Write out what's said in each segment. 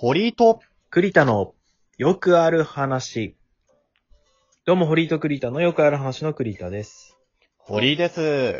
堀井と栗田のよくある話。どうも、堀井と栗田のよくある話の栗田です。 堀井です。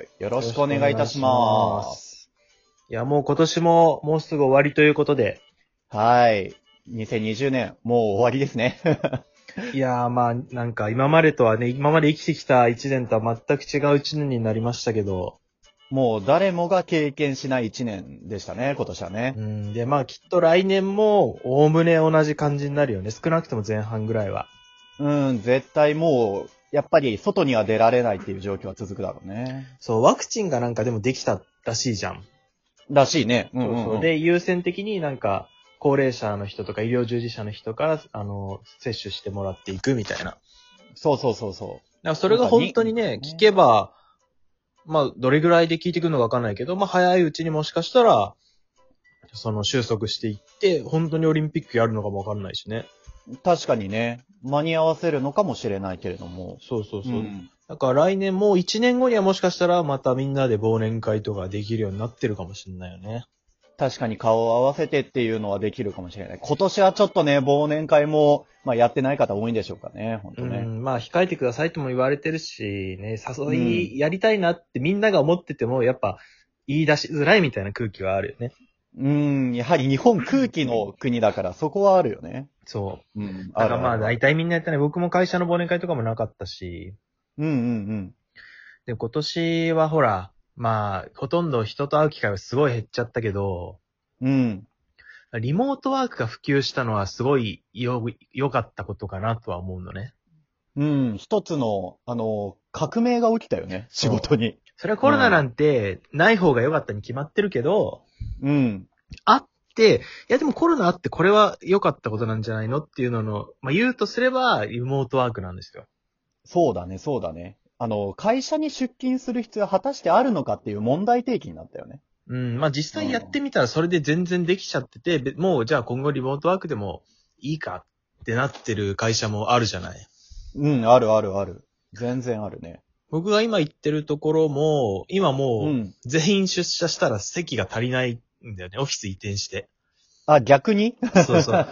よろしくお願いいたします。 いや、もう今年ももうすぐ終わりということで。 はい。2020年、もう終わりですね。 いやー、まあ、なんか今までとはね、今まで生きてきた一年とは全く違う一年になりましたけど。 もう誰もが経験しない一年でしたね、今年はね。 で、まあきっと来年もおおむね同じ感じになるよね。少なくとも前半ぐらいは。 絶対もう、やっぱり外には出られないっていう状況は続くだろうね。 そう、ワクチンがなんかでもできたらしいじゃん。 らしいね。 そうそう。で、優先的になんか、高齢者の人とか医療従事者の人から、接種してもらっていくみたいな。 そうそうそうそう。 だからそれが本当にね、聞けば、まあ、どれぐらいで聞いてくるのかわかんないけど、まあ、早いうちにもしかしたら、収束していって、本当にオリンピックやるのかもわかんないしね。 確かにね、間に合わせるのかもしれないけれども。 そうそうそう。だから来年もう1年後にはもしかしたらまたみんなで忘年会とかできるようになってるかもしれないよね。 確かに顔を合わせてっていうのはできるかもしれない。今年はちょっとね、忘年会も、やってない方多いんでしょうかね、本当ね。 まあ、控えてくださいとも言われてるし、ね、誘いやりたいなってみんなが思ってても、やっぱ、言い出しづらいみたいな空気はあるよね。 やはり日本空気の国だからそこはあるよね。 そう。 あだからまあ、大体みんなやったね。僕も会社の忘年会とかもなかったし。で、今年はほら、まあ、ほとんど人と会う機会はすごい減っちゃったけど、リモートワークが普及したのはすごい良かったことかなとは思うのね。 一つの、革命が起きたよね、仕事に。 それはコロナなんてない方が良かったに決まってるけど、あって、いやでもコロナあってこれは良かったことなんじゃないのっていうのの、まあ言うとすればリモートワークなんですよ。 そうだね、そうだね。会社に出勤する必要は果たしてあるのかっていう問題提起になったよね。 まあ実際やってみたらそれで全然できちゃってて、もうじゃあ今後リモートワークでもいいかってなってる会社もあるじゃない。 あるあるある。全然あるね。 僕が今行ってるところも、今もう全員出社したら席が足りないんだよね。オフィス移転して。 あ、逆にそうそう。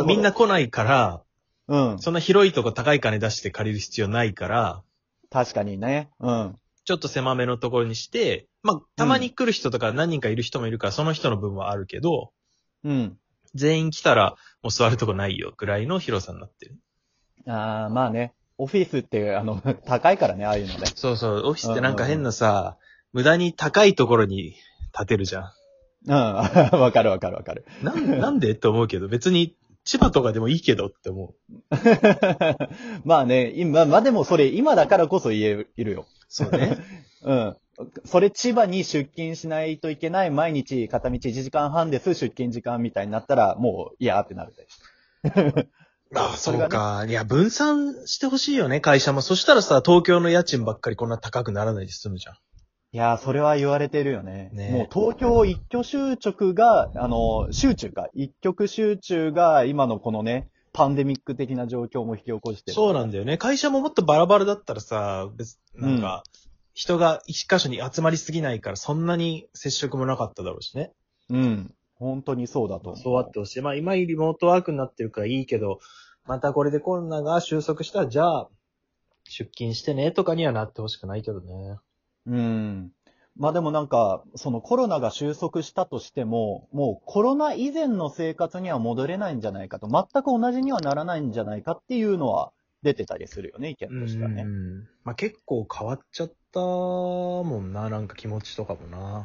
みんな来ないから、そんな広いとこ高い金出して借りる必要ないから、 確かにね。 ちょっと狭めのところにして、まあ、たまに来る人とか何人かいる人もいるから、その人の分はあるけど、全員来たらもう座るとこないよぐらいの広さになってる。 ああ、まあね。オフィスって、高いからね、ああいうのね。 そうそう。オフィスってなんか変なさ、無駄に高いところに建てるじゃん。 わかるわかるわかる。 なんでって思うけど、別に千葉とかでもいいけどって思う。 まあね、でもそれ今だからこそ言えるよ。 そうね。 それ千葉に出勤しないといけない毎日片道1時間半です出勤時間みたいになったらもう嫌ってなるで。 ああ、そうか。いや、分散してほしいよね、会社も。そしたらさ、東京の家賃ばっかりこんな高くならないで済むじゃん。 いやー、それは言われてるよね。 ねもう東京一極集中が、一極集中が今のこのね、パンデミック的な状況も引き起こしてる。 そうなんだよね。会社ももっとバラバラだったらさ、なんか、人が一箇所に集まりすぎないから、そんなに接触もなかっただろうしね。 本当にそうだと思う。 そうあってほしい。まあ今リモートワークになってるからいいけど、またこれでコロナが収束したら、じゃあ、出勤してねとかにはなってほしくないけどね。 でもなんか、そのコロナが収束したとしても、もうコロナ以前の生活には戻れないんじゃないかと、全く同じにはならないんじゃないかっていうのは出てたりするよね、意見としてはね。 まあ結構変わっちゃったもんな、なんか気持ちとかもな。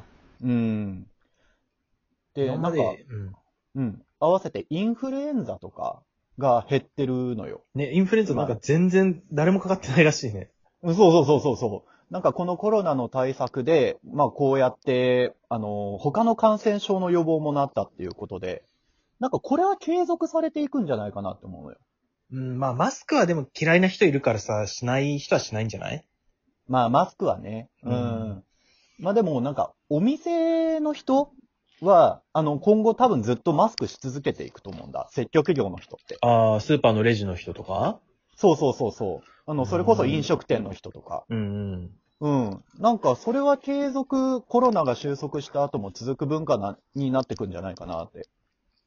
で、なんか、合わせてインフルエンザとかが減ってるのよ。 ね、インフルエンザなんか全然誰もかかってないらしいね。 そう。なんかこのコロナの対策で、こうやって、他の感染症の予防もなったっていうことで、なんかこれは継続されていくんじゃないかなって思うのよ。 まあマスクはでも嫌いな人いるからさ、しない人はしないんじゃない？ マスクはね。でもなんか、お店の人は、今後多分ずっとマスクし続けていくと思うんだ。接客業の人って。 ああ、スーパーのレジの人とか？ そう。それこそ飲食店の人とか。なんか、それは継続、コロナが収束した後も続く文化になってくんじゃないかなって。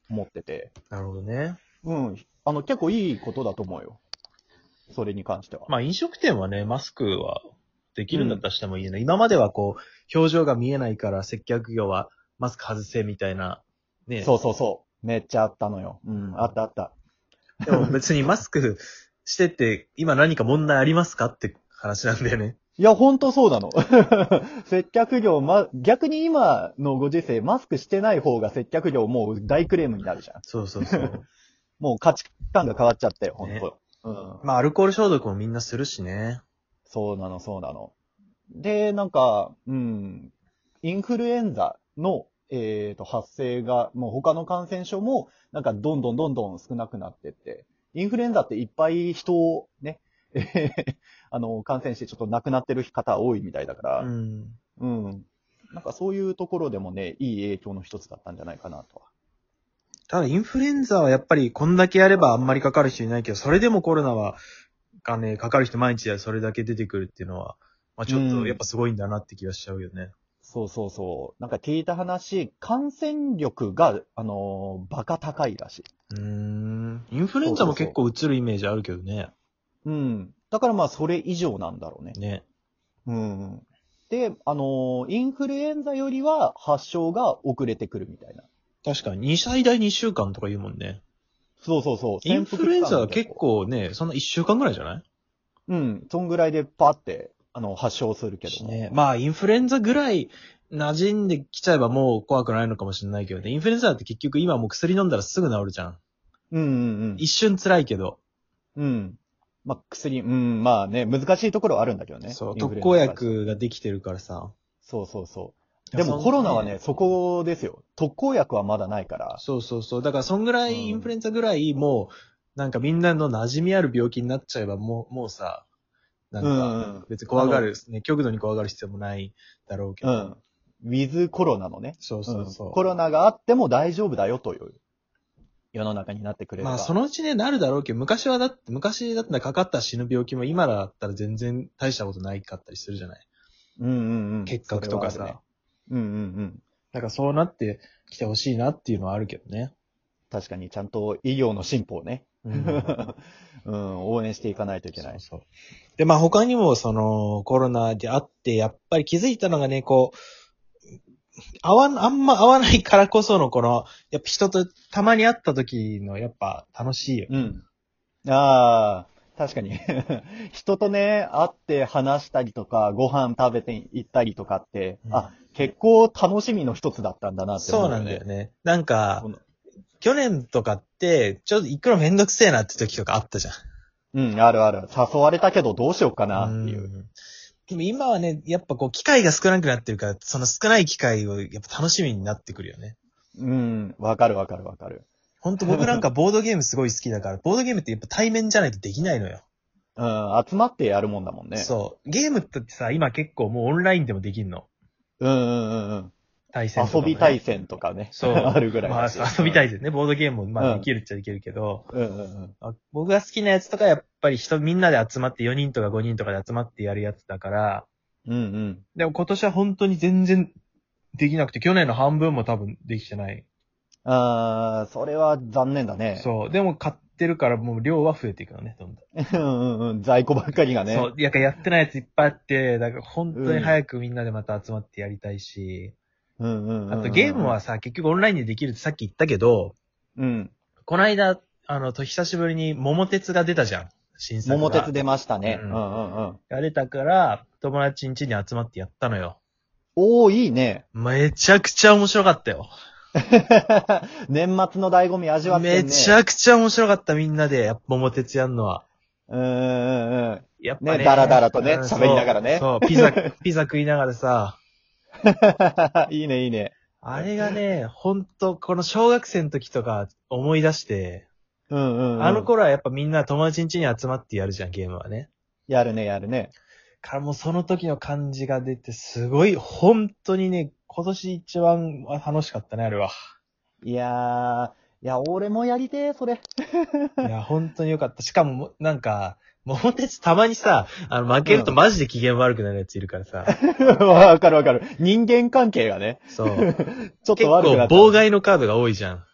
思ってて。 なるほどね。 うん。結構いいことだと思うよ。それに関しては。 まあ飲食店はね、マスクはできるんだったらしてもいいね。今まではこう、表情が見えないから接客業はマスク外せみたいな。ね。 そうそうそう。めっちゃあったのよ。うん、あったあった。 でも別にマスクしてて、今何か問題ありますかって話なんだよね。 いや、ほんとそうなの。接客業、逆に今のご時世、マスクしてない方が接客業もう大クレームになるじゃん。 そうそうそう。 もう価値観が変わっちゃったよ、ほんと。 ねうん。 まあアルコール消毒もみんなするしね。 そうなの、そうなの。で、なんか、インフルエンザの、発生が、もう他の感染症も、なんかどんどん少なくなってって、インフルエンザっていっぱい人をね、感染してちょっと亡くなってる方多いみたいだから、なんかそういうところでもね、いい影響の一つだったんじゃないかなとは。 ただインフルエンザはやっぱりこんだけやればあんまりかかる人いないけど、それでもコロナがね、かかる人毎日でそれだけ出てくるっていうのは、まあちょっとやっぱすごいんだなって気がしちゃうよね。 そうそうそう。なんか聞いた話、感染力が、バカ高いらしい。 インフルエンザも結構うつるイメージあるけどね。 うん。だからまあそれ以上なんだろうね。 ね。 うん。で、インフルエンザよりは発症が遅れてくるみたいな。 確かに、最大2週間とか言うもんね。 そうそうそう。 インフルエンザは結構ね、そんな1週間ぐらいじゃない？ うん。そんぐらいでパって、発症するけども。 ね。まあ、インフルエンザぐらい馴染んできちゃえばもう怖くないのかもしれないけどね。インフルエンザって結局今もう薬飲んだらすぐ治るじゃん。一瞬辛いけど。 まあ、まあね、難しいところはあるんだけどね。 そう、特効薬ができてるからさ。 そうそうそう。でもコロナはね、そこですよ。特効薬はまだないから。 そうそうそう。だからそんぐらい、インフルエンザぐらいもう、なんかみんなの馴染みある病気になっちゃえばもうさ、なんか、別に怖がる、ね、極度に怖がる必要もないだろうけど。 ウィズコロナのね。 そうそうそう。 コロナがあっても大丈夫だよという世の中になってくれれば。 まあそのうちね、なるだろうけど、昔だったらかかったら死ぬ病気も今だったら全然大したことないかったりするじゃない。結核とかさ。だからそうなってきてほしいなっていうのはあるけどね。 確かにちゃんと医療の進歩をね。応援していかないといけない。 そう。で、まあ他にもそのコロナであって、やっぱり気づいたのがね、こう、あんま会わないからこそのこの、やっぱ人とたまに会った時のやっぱ楽しいよ。 ああ、確かに。人とね、会って話したりとか、ご飯食べて行ったりとかって、結構楽しみの一つだったんだなって思う、ね。そうなんだよね。なんか、去年とかって、ちょっと行くのめんどくせえなって時とかあったじゃん。 あるある。誘われたけどどうしようかなっていう。 でも今はね、やっぱこう、機会が少なくなってるから、その少ない機会をやっぱ楽しみになってくるよね。 わかる。 ほんと僕なんかボードゲームすごい好きだから、ボードゲームってやっぱ対面じゃないとできないのよ。 集まってやるもんだもんね。 そう。ゲームってさ、今結構もうオンラインでもできんの。 対戦とか、ね。遊び対戦とかね。 そう。 あるぐらい。 まあ、遊び対戦ね。ボードゲームもまあできるっちゃできるけど。僕が好きなやつとかやっぱりみんなで集まって4人とか5人とかで集まってやるやつだから。でも今年は本当に全然できなくて、去年の半分も多分できてない。 それは残念だね。 そう。でも買ってるからもう量は増えていくのね、どんどん。在庫ばっかりがね。 そう。やってないやついっぱいあって、だから本当に早くみんなでまた集まってやりたいし。あとゲームはさ、結局オンラインでできるってさっき言ったけど、この間、久しぶりに桃鉄が出たじゃん。新作が。 桃鉄出ましたね。 が出たから、友達ん家に集まってやったのよ。 いいね。 めちゃくちゃ面白かったよ。 年末の醍醐味味わってね。 めちゃくちゃ面白かった、みんなで、桃鉄やんのは。 やっぱね、だらだらとね、喋りながらね。 そう、ピザ食いながらさ。 いいね。 あれがね、ほんと、この小学生の時とか思い出して、あの頃はやっぱみんな友達ん家に集まってやるじゃん、ゲームはね。 やるね。 からもうその時の感じが出て、すごい、本当にね、今年一番楽しかったね、あれは。 いや、俺もやりてー、それ。 いや、本当によかった。しかも、なんか、桃鉄たまにさ、負けるとマジで機嫌悪くなるやついるからさ。 わかる。人間関係がね。 そう。 ちょっと悪くなっ結構妨害のカードが多いじゃん。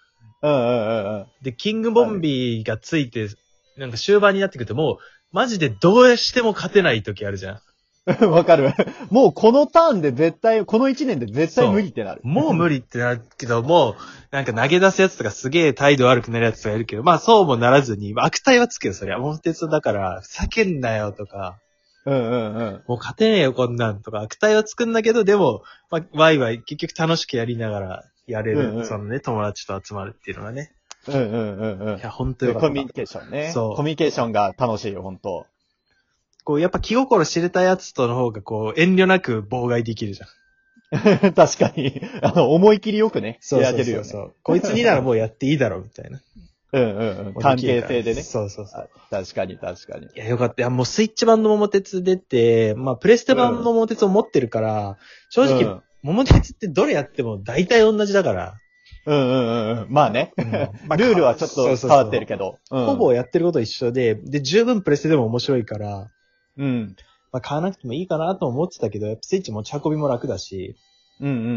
うんうんうんうん。 で、キングボンビーがついて、なんか終盤になってくるともう、マジでどうしても勝てない時あるじゃん。 わかる。もうこのターンで絶対、この1年で絶対無理ってなる。 もう無理ってなるけど、もう、なんか投げ出すやつとかすげえ態度悪くなるやつがいるけど、まあそうもならずに、悪態はつくよ、そりゃ。桃鉄だから、ふざけんなよとか、 うんうんうん。 もう勝てねえよ、こんなんとか、悪態はつくんだけど、でも、まあ、ワイワイ、結局楽しくやりながらやれる、 うんうんそのね、友達と集まるっていうのがね。 うんうんうんうん。 いや、ほんとよかった。 コミュニケーションね。 そうコミュニケーションが楽しいよ、ほんと。 こう、やっぱ気心知れたやつとの方が、こう、遠慮なく妨害できるじゃん。 確かに。思い切りよくね、 そうやれるよね。 そうそうそう。こいつにならもうやっていいだろう、みたいな。 うんうんうん。関係性でね。 そうそうそう。 確かに確かに。 いや、よかった。いや、もうスイッチ版の桃鉄出て、まあ、プレステ版の桃鉄を持ってるから、正直、 うん桃鉄ってどれやっても大体同じだから。 うんうんうん。まあね。 まあルールはちょっと変わってるけど。 ほぼやってること一緒で、十分プレステでも面白いから、 うん。 まあ、買わなくてもいいかなと思ってたけど、やっぱスイッチ持ち運びも楽だし、 うんうんうんうん。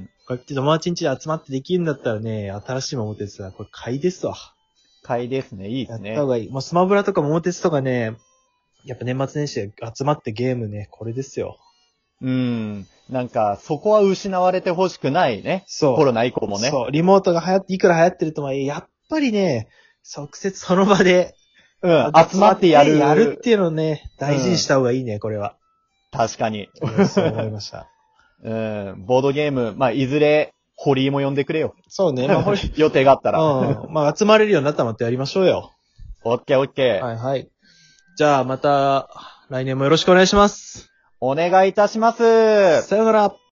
こうやって友達ん家で集まってできるんだったらね、新しい桃鉄はこれ買いですわ。 買いですね。いいですね。 やった方がいい。もうスマブラとか桃鉄とかね、やっぱ年末年始で集まってゲームね、これですよ。 なんか、そこは失われてほしくないね。 そう。 コロナ以降もね。 そう。リモートがいくら流行ってるともやっぱりね、即接その場で、 集まってやる。 やるっていうのをね、大事にした方がいいね、これは。 確かに。 そう思いました。 ボードゲーム、まあ、いずれ、堀井も呼んでくれよ。 そうね、まあ、 予定があったら。 まあ、集まれるようになったらまたやりましょうよ。 オッケーオッケー。 はいはい。じゃあ、また、来年もよろしくお願いします。 お願いいたします。 さよなら。